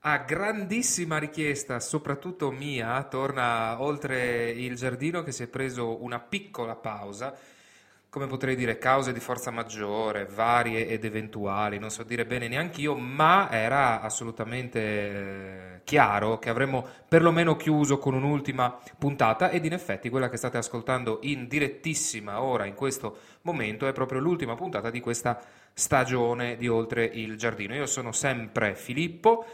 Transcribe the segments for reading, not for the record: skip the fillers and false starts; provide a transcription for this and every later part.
A grandissima richiesta, soprattutto mia, torna oltre il giardino che si è preso una piccola pausa, come potrei dire, cause di forza maggiore, varie ed eventuali, non so dire bene neanche io, ma era assolutamente chiaro che avremmo perlomeno chiuso con un'ultima puntata ed in effetti quella che state ascoltando in direttissima ora, in questo momento, è proprio l'ultima puntata di questa stagione di Oltre il giardino. Io sono sempre Filippo.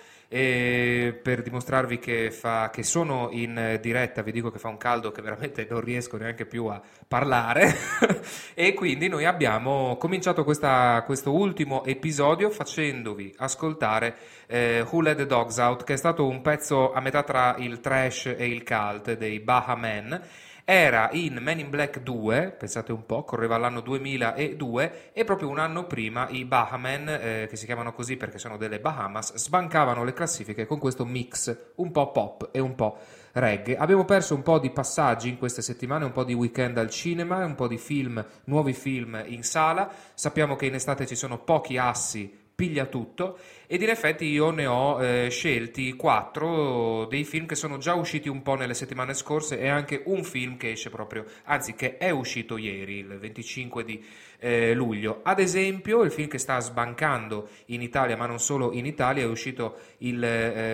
E per dimostrarvi che sono in diretta, vi dico che fa un caldo che veramente non riesco neanche più a parlare. E quindi noi abbiamo cominciato questo ultimo episodio facendovi ascoltare Who Let the Dogs Out, che è stato un pezzo a metà tra il trash e il cult dei Baha Men. Era in Men in Black 2, pensate un po', correva l'anno 2002 e proprio un anno prima i Bahamen, che si chiamano così perché sono delle Bahamas, sbancavano le classifiche con questo mix un po' pop e un po' reggae. Abbiamo perso un po' di passaggi in queste settimane, un po' di weekend al cinema, un po' di film, nuovi film in sala. Sappiamo che in estate ci sono pochi assi, piglia tutto, ed in effetti io ne ho scelti quattro dei film che sono già usciti un po' nelle settimane scorse e anche un film che esce proprio, anzi che è uscito ieri, il 25 di luglio. Ad esempio il film che sta sbancando in Italia, ma non solo in Italia, è uscito il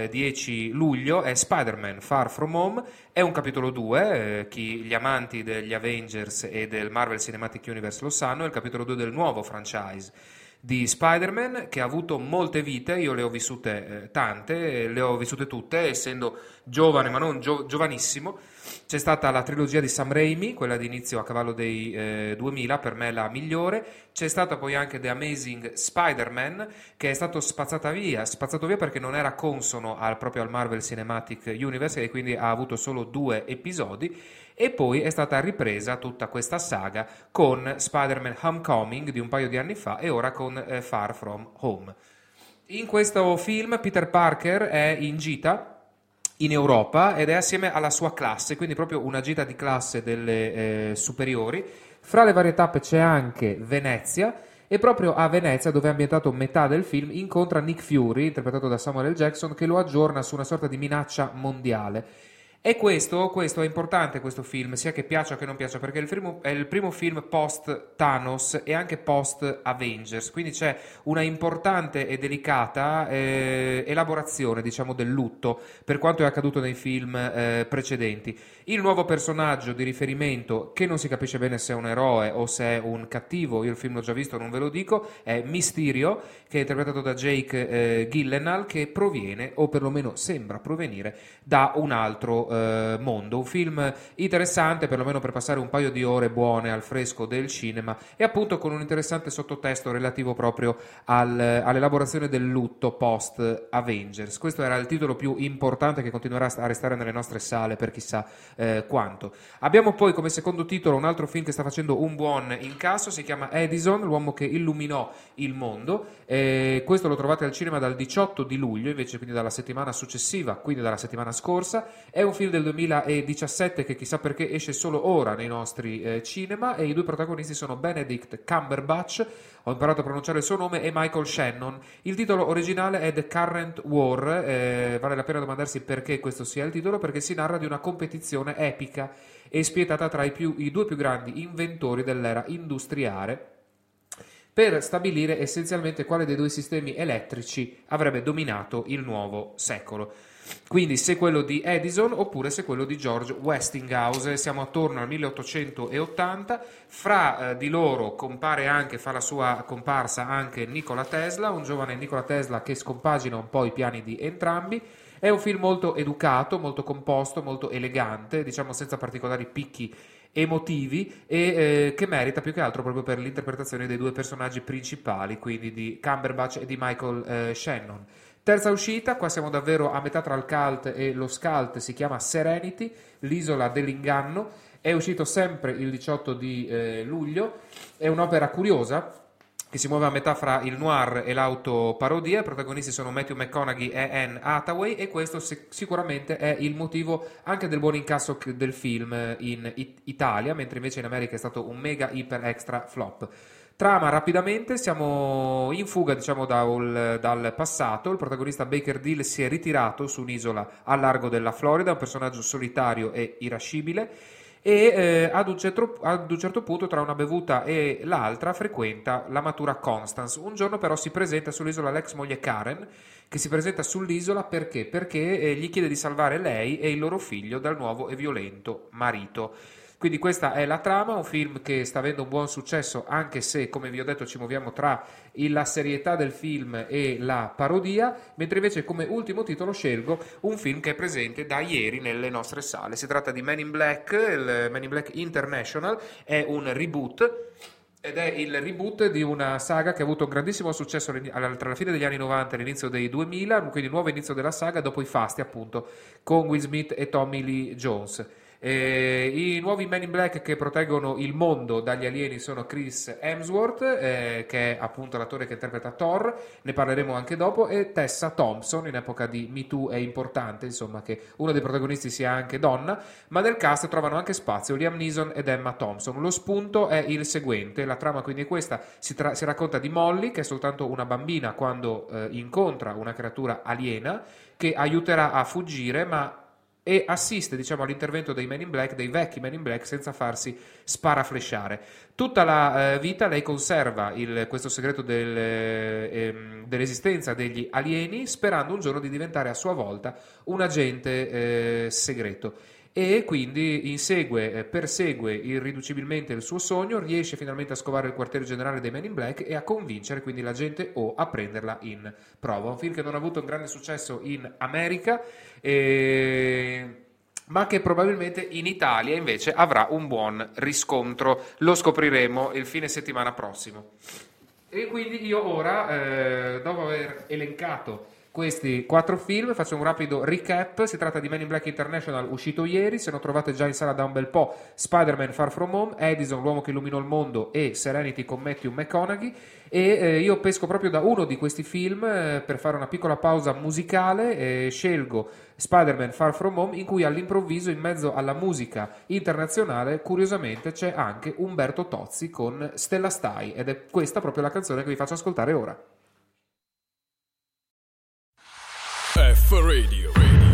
10 luglio, è Spider-Man Far From Home. È un capitolo 2, gli amanti degli Avengers e del Marvel Cinematic Universe lo sanno, è il capitolo 2 del nuovo franchise di Spider-Man, che ha avuto molte vite. Io le ho vissute tante, le ho vissute tutte essendo giovane ma non giovanissimo. C'è stata la trilogia di Sam Raimi, quella di inizio a cavallo dei 2000, per me la migliore. C'è stata poi anche The Amazing Spider-Man, che è stato spazzato via perché non era consono proprio al Marvel Cinematic Universe e quindi ha avuto solo 2 episodi. E poi è stata ripresa tutta questa saga con Spider-Man Homecoming di un paio di anni fa e ora con Far From Home. In questo film Peter Parker è in gita in Europa ed è assieme alla sua classe, quindi proprio una gita di classe delle superiori. Fra le varie tappe c'è anche Venezia e proprio a Venezia, dove è ambientato metà del film, incontra Nick Fury, interpretato da Samuel L. Jackson, che lo aggiorna su una sorta di minaccia mondiale. E questo è importante, questo film, sia che piaccia che non piaccia, perché è il primo film post Thanos e anche post Avengers, quindi c'è una importante e delicata elaborazione, diciamo, del lutto per quanto è accaduto nei film precedenti. Il nuovo personaggio di riferimento, che non si capisce bene se è un eroe o se è un cattivo, io il film l'ho già visto, non ve lo dico, è Mysterio, che è interpretato da Jake Gyllenhaal, che proviene, o perlomeno sembra provenire, da un altro mondo. Un film interessante, perlomeno per passare un paio di ore buone al fresco del cinema e appunto con un interessante sottotesto relativo proprio all'elaborazione del lutto post Avengers. Questo era il titolo più importante che continuerà a restare nelle nostre sale per chissà quanto. Abbiamo poi come secondo titolo un altro film che sta facendo un buon incasso, si chiama Edison, l'uomo che illuminò il mondo. Questo lo trovate al cinema dal 18 di luglio, invece quindi dalla settimana successiva, quindi dalla settimana scorsa. È un film del 2017 che chissà perché esce solo ora nei nostri cinema e i due protagonisti sono Benedict Cumberbatch, ho imparato a pronunciare il suo nome, e Michael Shannon. Il titolo originale è The Current War, vale la pena domandarsi perché questo sia il titolo, perché si narra di una competizione epica e spietata tra i due più grandi inventori dell'era industriale per stabilire essenzialmente quale dei due sistemi elettrici avrebbe dominato il nuovo secolo. Quindi se quello di Edison oppure se quello di George Westinghouse. Siamo attorno al 1880, fra di loro fa la sua comparsa anche Nikola Tesla, un giovane Nikola Tesla che scompagina un po' i piani di entrambi. È un film molto educato, molto composto, molto elegante, diciamo senza particolari picchi emotivi e che merita più che altro proprio per l'interpretazione dei due personaggi principali, quindi di Cumberbatch e di Michael Shannon. Terza uscita, qua siamo davvero a metà tra il cult e lo scult, si chiama Serenity, l'isola dell'inganno, è uscito sempre il 18 di luglio, è un'opera curiosa che si muove a metà fra il noir e l'autoparodia. I protagonisti sono Matthew McConaughey e Anne Hathaway e questo sicuramente è il motivo anche del buon incasso del film in Italia, mentre invece in America è stato un mega iper extra flop. Trama rapidamente, siamo in fuga diciamo dal passato, il protagonista Baker Dill si è ritirato su un'isola a largo della Florida, un personaggio solitario e irascibile e ad un certo punto tra una bevuta e l'altra frequenta la matura Constance. Un giorno però si presenta sull'isola l'ex moglie Karen, che si presenta sull'isola perché? Perché gli chiede di salvare lei e il loro figlio dal nuovo e violento marito. Quindi questa è la trama, un film che sta avendo un buon successo anche se, come vi ho detto, ci muoviamo tra la serietà del film e la parodia, mentre invece come ultimo titolo scelgo un film che è presente da ieri nelle nostre sale. Si tratta di Men in Black, il Men in Black International, è un reboot. Ed è il reboot di una saga che ha avuto un grandissimo successo tra la fine degli anni 90 e l'inizio dei 2000, quindi nuovo inizio della saga dopo i fasti appunto con Will Smith e Tommy Lee Jones. I nuovi Men in Black che proteggono il mondo dagli alieni sono Chris Hemsworth, che è appunto l'attore che interpreta Thor, ne parleremo anche dopo, e Tessa Thompson, in epoca di Me Too è importante, insomma, che uno dei protagonisti sia anche donna, ma nel cast trovano anche spazio Liam Neeson ed Emma Thompson. Lo spunto è il seguente, la trama quindi è questa, si racconta di Molly, che è soltanto una bambina quando incontra una creatura aliena, che aiuterà a fuggire, ma e assiste diciamo, all'intervento dei Men in Black, dei vecchi Men in Black, senza farsi sparaflesciare. Tutta la vita lei conserva questo segreto dell'esistenza degli alieni, sperando un giorno di diventare a sua volta un agente segreto. E quindi persegue irriducibilmente il suo sogno, riesce finalmente a scovare il quartiere generale dei Men in Black e a convincere quindi la gente O a prenderla in prova. Un film che non ha avuto un grande successo in America, ma che probabilmente in Italia invece avrà un buon riscontro. Lo scopriremo il fine settimana prossimo. E quindi io ora, dopo aver elencato questi 4 film, faccio un rapido recap. Si tratta di Men in Black International, uscito ieri, se non trovate già in sala da un bel po', Spider-Man Far From Home, Edison, l'uomo che illuminò il mondo e Serenity con Matthew McConaughey. E io pesco proprio da uno di questi film per fare una piccola pausa musicale, scelgo Spider-Man Far From Home, in cui all'improvviso in mezzo alla musica internazionale curiosamente c'è anche Umberto Tozzi con Stella Stai, ed è questa proprio la canzone che vi faccio ascoltare ora. F Radio,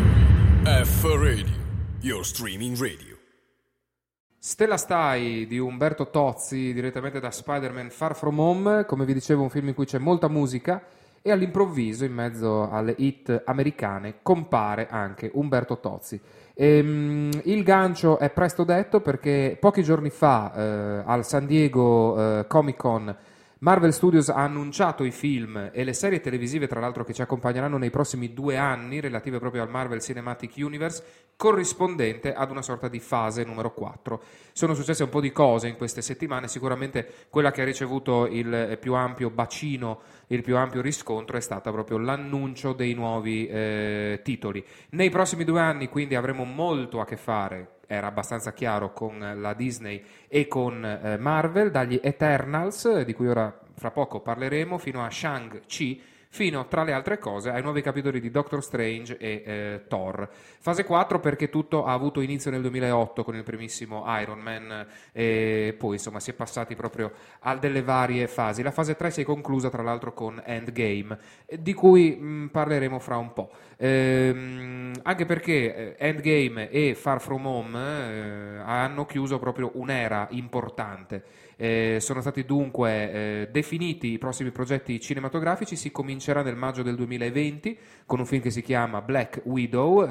F Radio, your streaming radio. Stella Stai di Umberto Tozzi, direttamente da Spider-Man Far From Home, come vi dicevo un film in cui c'è molta musica e all'improvviso in mezzo alle hit americane compare anche Umberto Tozzi. Il gancio è presto detto perché pochi giorni fa al San Diego Comic Con Marvel Studios ha annunciato i film e le serie televisive, tra l'altro, che ci accompagneranno nei prossimi 2 anni, relative proprio al Marvel Cinematic Universe, corrispondente ad una sorta di fase numero 4. Sono successe un po' di cose in queste settimane, sicuramente quella che ha ricevuto il più ampio bacino, il più ampio riscontro è stata proprio l'annuncio dei nuovi titoli. Nei prossimi 2 anni quindi avremo molto a che fare, era abbastanza chiaro, con la Disney e con Marvel, dagli Eternals, di cui ora fra poco parleremo, fino a Shang-Chi, fino, tra le altre cose, ai nuovi capitoli di Doctor Strange e Thor. Fase 4 perché tutto ha avuto inizio nel 2008 con il primissimo Iron Man e poi insomma si è passati proprio a delle varie fasi. La fase 3 si è conclusa tra l'altro con Endgame, di cui parleremo fra un po'. Anche perché Endgame e Far From Home hanno chiuso proprio un'era importante. Sono stati dunque definiti i prossimi progetti cinematografici. Si comincerà nel maggio del 2020 con un film che si chiama Black Widow,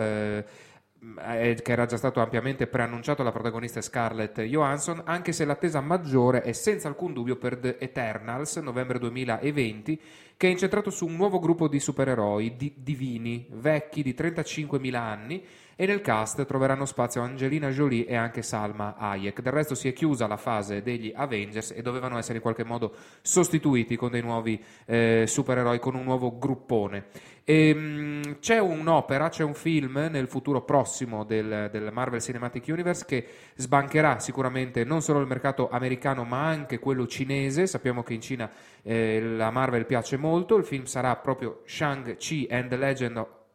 che era già stato ampiamente preannunciato. La protagonista è Scarlett Johansson, anche se l'attesa maggiore è senza alcun dubbio per The Eternals, novembre 2020, che è incentrato su un nuovo gruppo di supereroi divini, vecchi di 35.000 anni, e nel cast troveranno spazio Angelina Jolie e anche Salma Hayek. Del resto si è chiusa la fase degli Avengers e dovevano essere in qualche modo sostituiti con dei nuovi supereroi, con un nuovo gruppone. C'è un'opera, c'è un film nel futuro prossimo del Marvel Cinematic Universe che sbancherà sicuramente non solo il mercato americano ma anche quello cinese. Sappiamo che in Cina la Marvel piace molto. Il film sarà proprio Shang-Chi and the Legend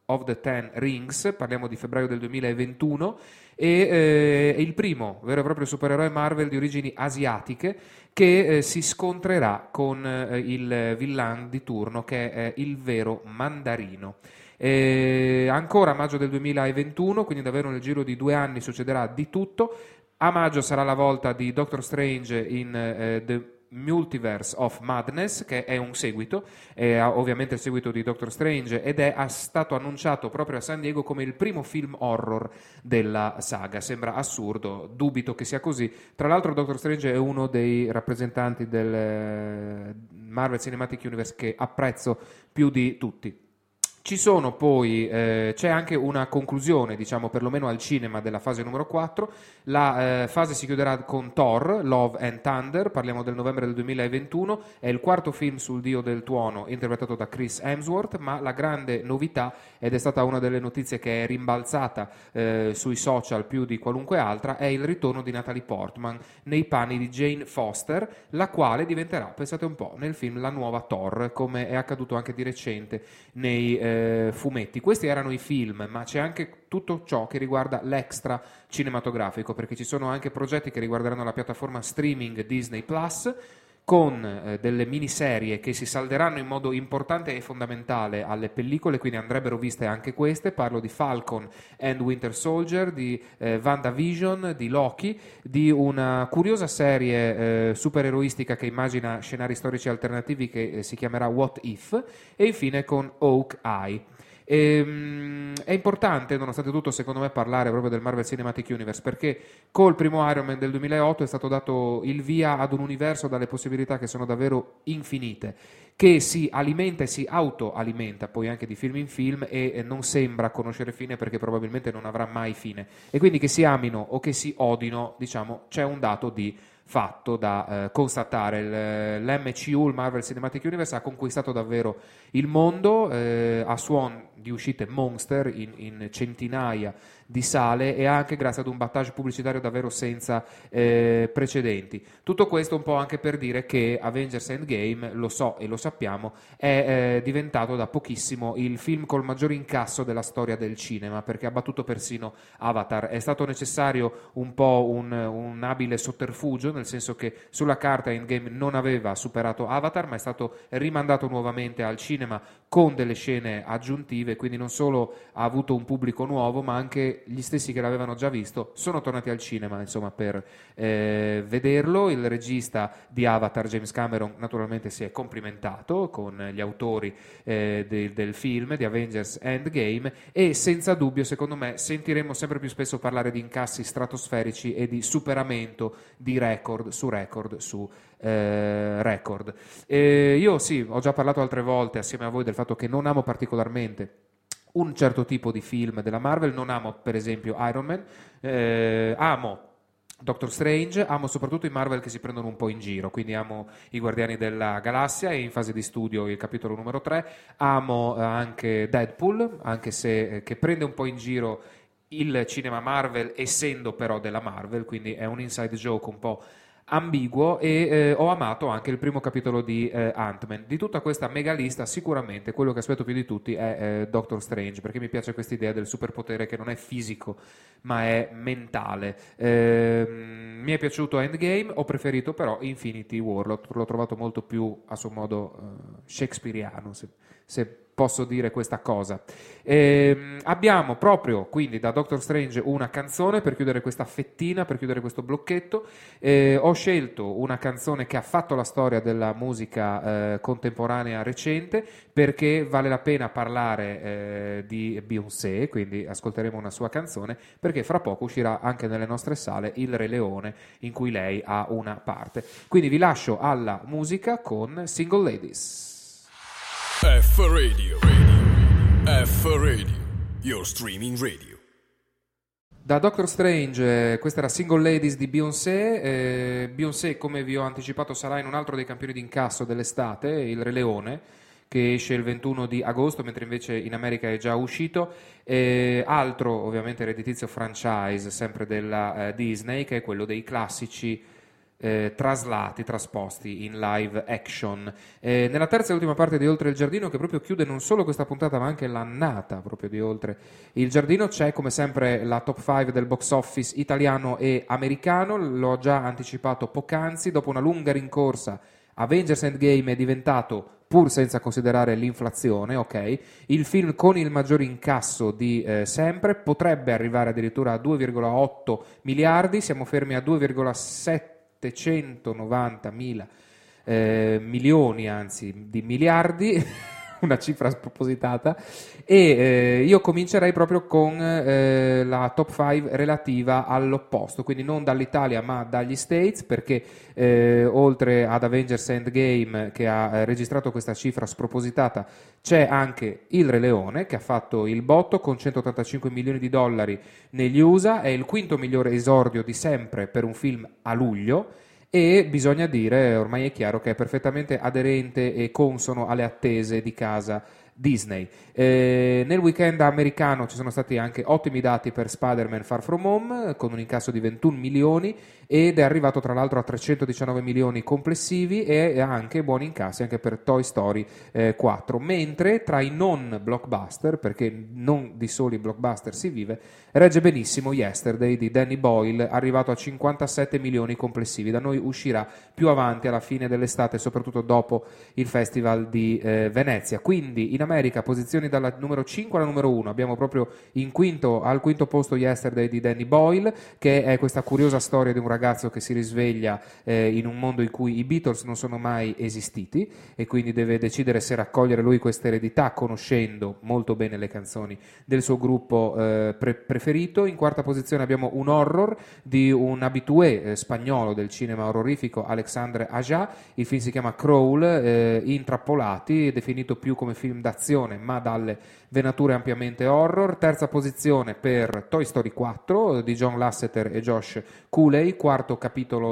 of the Ten Rings, parliamo di febbraio del 2021, e è il primo vero e proprio supereroe Marvel di origini asiatiche che si scontrerà con il villain di turno, che è il vero Mandarino. Ancora a maggio del 2021, quindi davvero nel giro di 2 anni succederà di tutto. A maggio sarà la volta di Doctor Strange in The Multiverse of Madness, che è un seguito, è ovviamente il seguito di Doctor Strange, ed è stato annunciato proprio a San Diego come il primo film horror della saga. Sembra assurdo, dubito che sia così. Tra l'altro Doctor Strange è uno dei rappresentanti del Marvel Cinematic Universe che apprezzo più di tutti. Ci sono poi, c'è anche una conclusione, diciamo perlomeno al cinema, della fase numero 4. La fase si chiuderà con Thor, Love and Thunder, parliamo del novembre del 2021, è il quarto film sul dio del tuono interpretato da Chris Hemsworth, ma la grande novità, ed è stata una delle notizie che è rimbalzata sui social più di qualunque altra, è il ritorno di Natalie Portman nei panni di Jane Foster, la quale diventerà, pensate un po', nel film la nuova Thor, come è accaduto anche di recente nei fumetti. Questi erano i film, ma c'è anche tutto ciò che riguarda l'extra cinematografico, perché ci sono anche progetti che riguarderanno la piattaforma streaming Disney Plus, con delle miniserie che si salderanno in modo importante e fondamentale alle pellicole, quindi andrebbero viste anche queste. Parlo di Falcon and Winter Soldier, di WandaVision, di Loki, di una curiosa serie supereroistica che immagina scenari storici alternativi che si chiamerà What If, e infine con Hawkeye. È importante, nonostante tutto, secondo me, parlare proprio del Marvel Cinematic Universe, perché col primo Iron Man del 2008 è stato dato il via ad un universo dalle possibilità che sono davvero infinite, che si alimenta e si autoalimenta poi anche di film in film, e non sembra conoscere fine, perché probabilmente non avrà mai fine, e quindi che si amino o che si odino, diciamo, c'è un dato di fatto da constatare. L'MCU, il Marvel Cinematic Universe, ha conquistato davvero il mondo a suon di uscite monster in centinaia di sale, e anche grazie ad un battage pubblicitario davvero senza precedenti. Tutto questo un po' anche per dire che Avengers Endgame, lo so e lo sappiamo, è diventato da pochissimo il film col maggior incasso della storia del cinema, perché ha battuto persino Avatar. È stato necessario un po' un abile sotterfugio, nel senso che sulla carta Endgame non aveva superato Avatar, ma è stato rimandato nuovamente al cinema con delle scene aggiuntive, quindi non solo ha avuto un pubblico nuovo, ma anche gli stessi che l'avevano già visto sono tornati al cinema, insomma, per vederlo. Il regista di Avatar, James Cameron, naturalmente si è complimentato con gli autori del film di Avengers Endgame, e senza dubbio, secondo me, sentiremo sempre più spesso parlare di incassi stratosferici e di superamento di record su record su record. Io sì, ho già parlato altre volte assieme a voi del fatto che non amo particolarmente un certo tipo di film della Marvel. Non amo per esempio Iron Man, amo Doctor Strange, amo soprattutto i Marvel che si prendono un po' in giro, quindi amo i Guardiani della Galassia e in fase di studio il capitolo numero 3, amo anche Deadpool, anche se che prende un po' in giro il cinema Marvel, essendo però della Marvel, quindi è un inside joke un po' ambiguo, e ho amato anche il primo capitolo di Ant-Man. Di tutta questa mega lista sicuramente quello che aspetto più di tutti è Doctor Strange, perché mi piace questa idea del superpotere che non è fisico ma è mentale. Mi è piaciuto Endgame, ho preferito però Infinity War, l'ho trovato molto più a suo modo shakespeariano, se posso dire questa cosa. Abbiamo proprio quindi da Doctor Strange una canzone per chiudere questa fettina, per chiudere questo blocchetto. Ho scelto una canzone che ha fatto la storia della musica contemporanea recente, perché vale la pena parlare di Beyoncé, quindi ascolteremo una sua canzone, perché fra poco uscirà anche nelle nostre sale Il Re Leone, in cui lei ha una parte. Quindi vi lascio alla musica con Single Ladies. F Radio, F Radio, your streaming radio. Da Doctor Strange, questa era Single Ladies di Beyoncé. Beyoncé, come vi ho anticipato, sarà in un altro dei campioni d'incasso dell'estate, Il Re Leone, che esce il 21 di agosto, mentre invece in America è già uscito. Altro, ovviamente, redditizio franchise, sempre della Disney, che è quello dei classici trasposti in live action. Nella terza e ultima parte di Oltre il Giardino, che proprio chiude non solo questa puntata ma anche l'annata proprio di Oltre il Giardino, c'è come sempre la top 5 del box office italiano e americano. L'ho già anticipato poc'anzi, dopo una lunga rincorsa Avengers Endgame è diventato, pur senza considerare l'inflazione, ok, il film con il maggior incasso di sempre, potrebbe arrivare addirittura a 2,8 miliardi, siamo fermi a 2,790 milioni, anzi di miliardi, una cifra spropositata, e io comincerei proprio con la top 5 relativa all'opposto, quindi non dall'Italia ma dagli States, perché oltre ad Avengers Endgame, che ha registrato questa cifra spropositata, c'è anche Il Re Leone, che ha fatto il botto con 185 milioni di dollari negli USA, è il quinto migliore esordio di sempre per un film a luglio, e bisogna dire, ormai è chiaro, che è perfettamente aderente e consono alle attese di casa Disney. Nel weekend americano ci sono stati anche ottimi dati per Spider-Man Far From Home, con un incasso di 21 milioni, ed è arrivato tra l'altro a 319 milioni complessivi, e ha anche buoni incassi anche per Toy Story 4, mentre tra i non blockbuster, perché non di soli blockbuster si vive, regge benissimo Yesterday di Danny Boyle, arrivato a 57 milioni complessivi. Da noi uscirà più avanti alla fine dell'estate, soprattutto dopo il Festival di Venezia. Quindi in America posizioni dalla numero 5 alla numero 1, abbiamo proprio al quinto posto Yesterday di Danny Boyle, che è questa curiosa storia di un ragazzo che si risveglia in un mondo in cui i Beatles non sono mai esistiti, e quindi deve decidere se raccogliere lui questa eredità, conoscendo molto bene le canzoni del suo gruppo preferito. In quarta posizione abbiamo un horror di un habitué spagnolo del cinema orrorifico, Alexandre Aja. Il film si chiama Crawl, Intrappolati, definito più come film d'azione ma dalle venature ampiamente horror. Terza posizione per Toy Story 4 di John Lasseter e Josh Cooley, quarto capitolo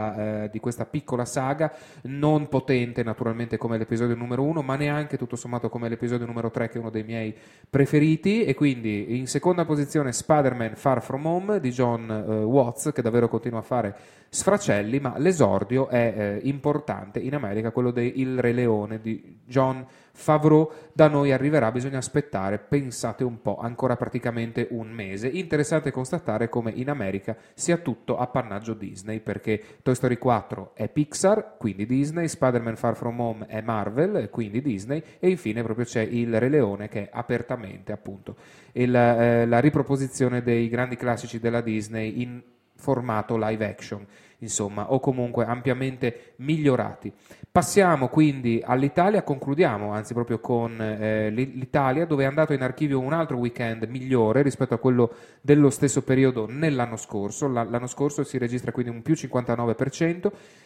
di questa piccola saga, non potente naturalmente come l'episodio numero 1, ma neanche tutto sommato come l'episodio numero 3, che è uno dei miei preferiti. E quindi in seconda posizione Spider-Man Far From Home di John Watts, che davvero continua a fare sfracelli, ma l'esordio è importante in America, quello di Il Re Leone di Jon Favreau. Da noi arriverà, bisogna aspettare, pensate un po', ancora praticamente un mese. Interessante constatare come in America sia tutto appannaggio Disney, perché Toy Story 4 è Pixar, quindi Disney, Spider-Man Far From Home è Marvel, quindi Disney, e infine proprio c'è Il Re Leone, che è apertamente appunto la riproposizione dei grandi classici della Disney in formato live action, insomma, o comunque ampiamente migliorati. Passiamo quindi all'Italia, concludiamo anzi proprio con l'Italia, dove è andato in archivio un altro weekend migliore rispetto a quello dello stesso periodo nell'anno scorso. L'anno scorso si registra quindi un più 59%,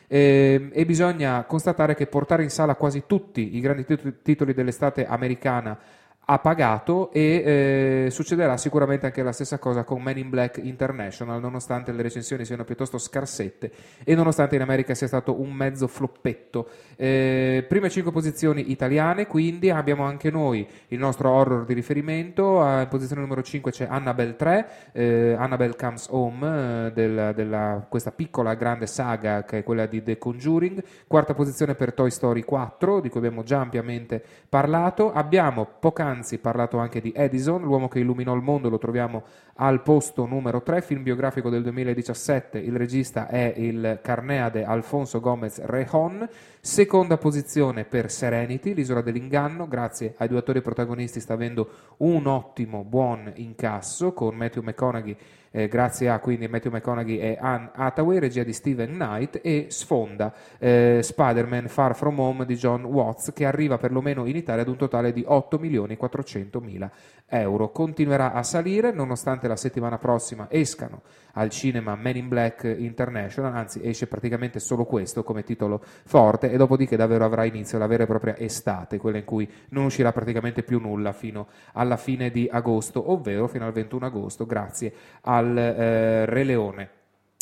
e bisogna constatare che portare in sala quasi tutti i grandi titoli dell'estate americana ha pagato, e succederà sicuramente anche la stessa cosa con Men in Black International, nonostante le recensioni siano piuttosto scarsette e nonostante in America sia stato un mezzo floppetto. Prime 5 posizioni italiane, quindi abbiamo anche noi il nostro horror di riferimento. In posizione numero 5 c'è Annabelle 3, Annabelle Comes Home, questa piccola grande saga che è quella di The Conjuring. Quarta posizione per Toy Story 4, di cui abbiamo già ampiamente parlato. Abbiamo poc'anzi parlato anche di Edison, l'uomo che illuminò il mondo, lo troviamo al posto numero 3, film biografico del 2017, il regista è il Carneade Alfonso Gomez Rejon. Seconda posizione per Serenity, l'isola dell'inganno, grazie ai due attori protagonisti sta avendo un ottimo, buon incasso, con Matthew McConaughey, grazie a quindi Matthew McConaughey e Anne Hathaway, regia di Steven Knight, e sfonda Spider-Man Far From Home di John Watts, che arriva perlomeno in Italia ad un totale di 8.400.000 euro. Continuerà a salire nonostante la settimana prossima escano al cinema Men in Black International, anzi esce praticamente solo questo come titolo forte, e dopodiché davvero avrà inizio la vera e propria estate, quella in cui non uscirà praticamente più nulla fino alla fine di agosto, ovvero fino al 21 agosto, grazie al Re Leone.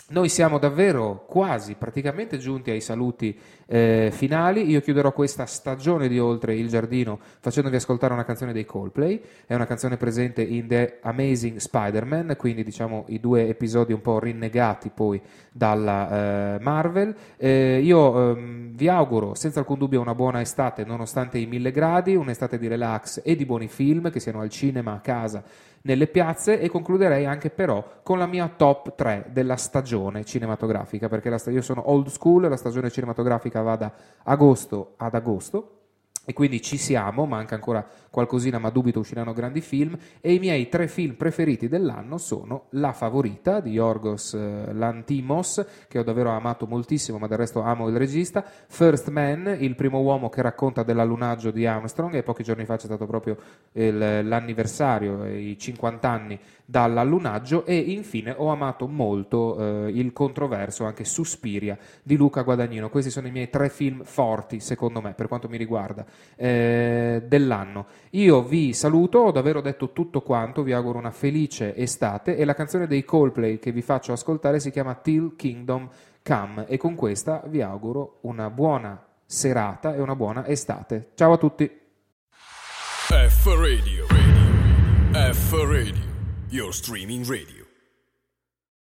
Noi siamo davvero quasi praticamente giunti ai saluti finali. Io chiuderò questa stagione di Oltre il Giardino facendovi ascoltare una canzone dei Coldplay. È una canzone presente in The Amazing Spider-Man, quindi diciamo i due episodi un po' rinnegati poi dalla Marvel. Io vi auguro senza alcun dubbio una buona estate nonostante i 1000 gradi, un'estate di relax e di buoni film, che siano al cinema, a casa, nelle piazze, e concluderei anche però con la mia top 3 della stagione cinematografica, perché io sono old school, la stagione cinematografica va da agosto ad agosto. E quindi ci siamo, manca ancora qualcosina, ma dubito usciranno grandi film. E i miei 3 film preferiti dell'anno sono La Favorita di Yorgos Lanthimos, che ho davvero amato moltissimo, ma del resto amo il regista. First Man, il primo uomo, che racconta dell'allunaggio di Armstrong, e pochi giorni fa c'è stato proprio l'anniversario, i 50 anni dall'allunaggio. E infine ho amato molto il controverso anche Suspiria di Luca Guadagnino. Questi sono i miei 3 film forti, secondo me, per quanto mi riguarda, dell'anno. Io vi saluto, ho davvero detto tutto quanto, vi auguro una felice estate, e la canzone dei Coldplay che vi faccio ascoltare si chiama Till Kingdom Come, e con questa vi auguro una buona serata e una buona estate. Ciao a tutti. F Radio, F Radio, your streaming radio.